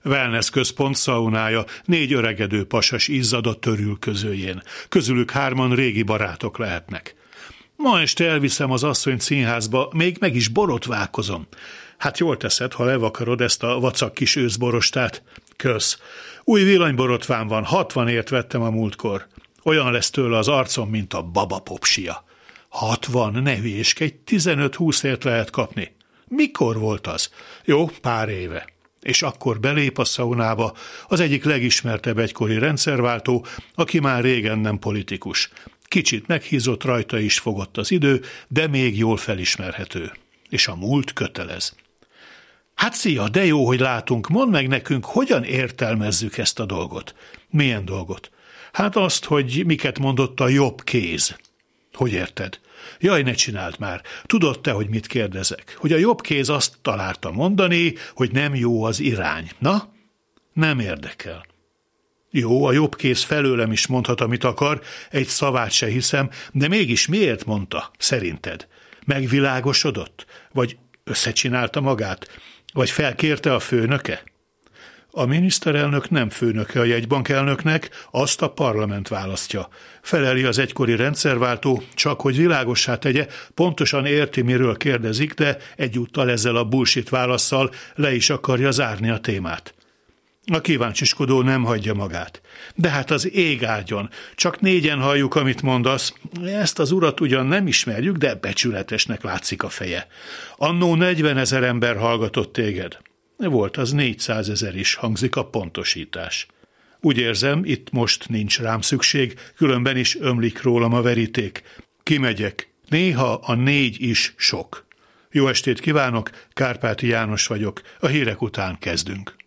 Wellness központ szaunája 4 öregedő pasas izzad a törülközőjén. Közülük 3 régi barátok lehetnek. Ma este elviszem az asszony színházba, még meg is borotválkozom. Hát jól teszed, ha levakarod ezt a vacak kis őszborostát. Kösz. Új villanyborotvám van, 60ért vettem a múltkor. Olyan lesz tőle az arcom, mint a baba popsia. 60, ne hülyéskedj, 15-20ért lehet kapni. Mikor volt az? Jó, pár éve. És akkor belép a szaunába az egyik legismertebb egykori rendszerváltó, aki már régen nem politikus. Kicsit meghízott, rajta is fogott az idő, de még jól felismerhető. És a múlt kötelez. Hát szia, de jó, hogy látunk, mondd meg nekünk, hogyan értelmezzük ezt a dolgot. Milyen dolgot? Hát azt, hogy miket mondott a jobb kéz. Hogy érted? Jaj, ne csináld már. Tudod te, hogy mit kérdezek? Hogy a jobb kéz azt találta mondani, hogy nem jó az irány. Na? Nem érdekel. Jó, a jobb kéz felőlem is mondhat, amit akar, egy szavát se hiszem, de mégis miért mondta, szerinted? Megvilágosodott? Vagy összecsinálta magát? Vagy felkérte a főnöke? A miniszterelnök nem főnöke a jegybankelnöknek, azt a parlament választja. Feleli az egykori rendszerváltó, csak hogy világossá tegye, pontosan érti, miről kérdezik, de egyúttal ezzel a bullshit válasszal le is akarja zárni a témát. A kíváncsiskodó nem hagyja magát. De hát az ég áldjon, csak 4-en halljuk, amit mondasz. Ezt az urat ugyan nem ismerjük, de becsületesnek látszik a feje. Annó 40 000 ember hallgatott téged. Volt az 400 000 is, hangzik a pontosítás. Úgy érzem, itt most nincs rám szükség, különben is ömlik rólam a veríték. Kimegyek. Néha a 4 is sok. Jó estét kívánok, Kárpáti János vagyok. A hírek után kezdünk.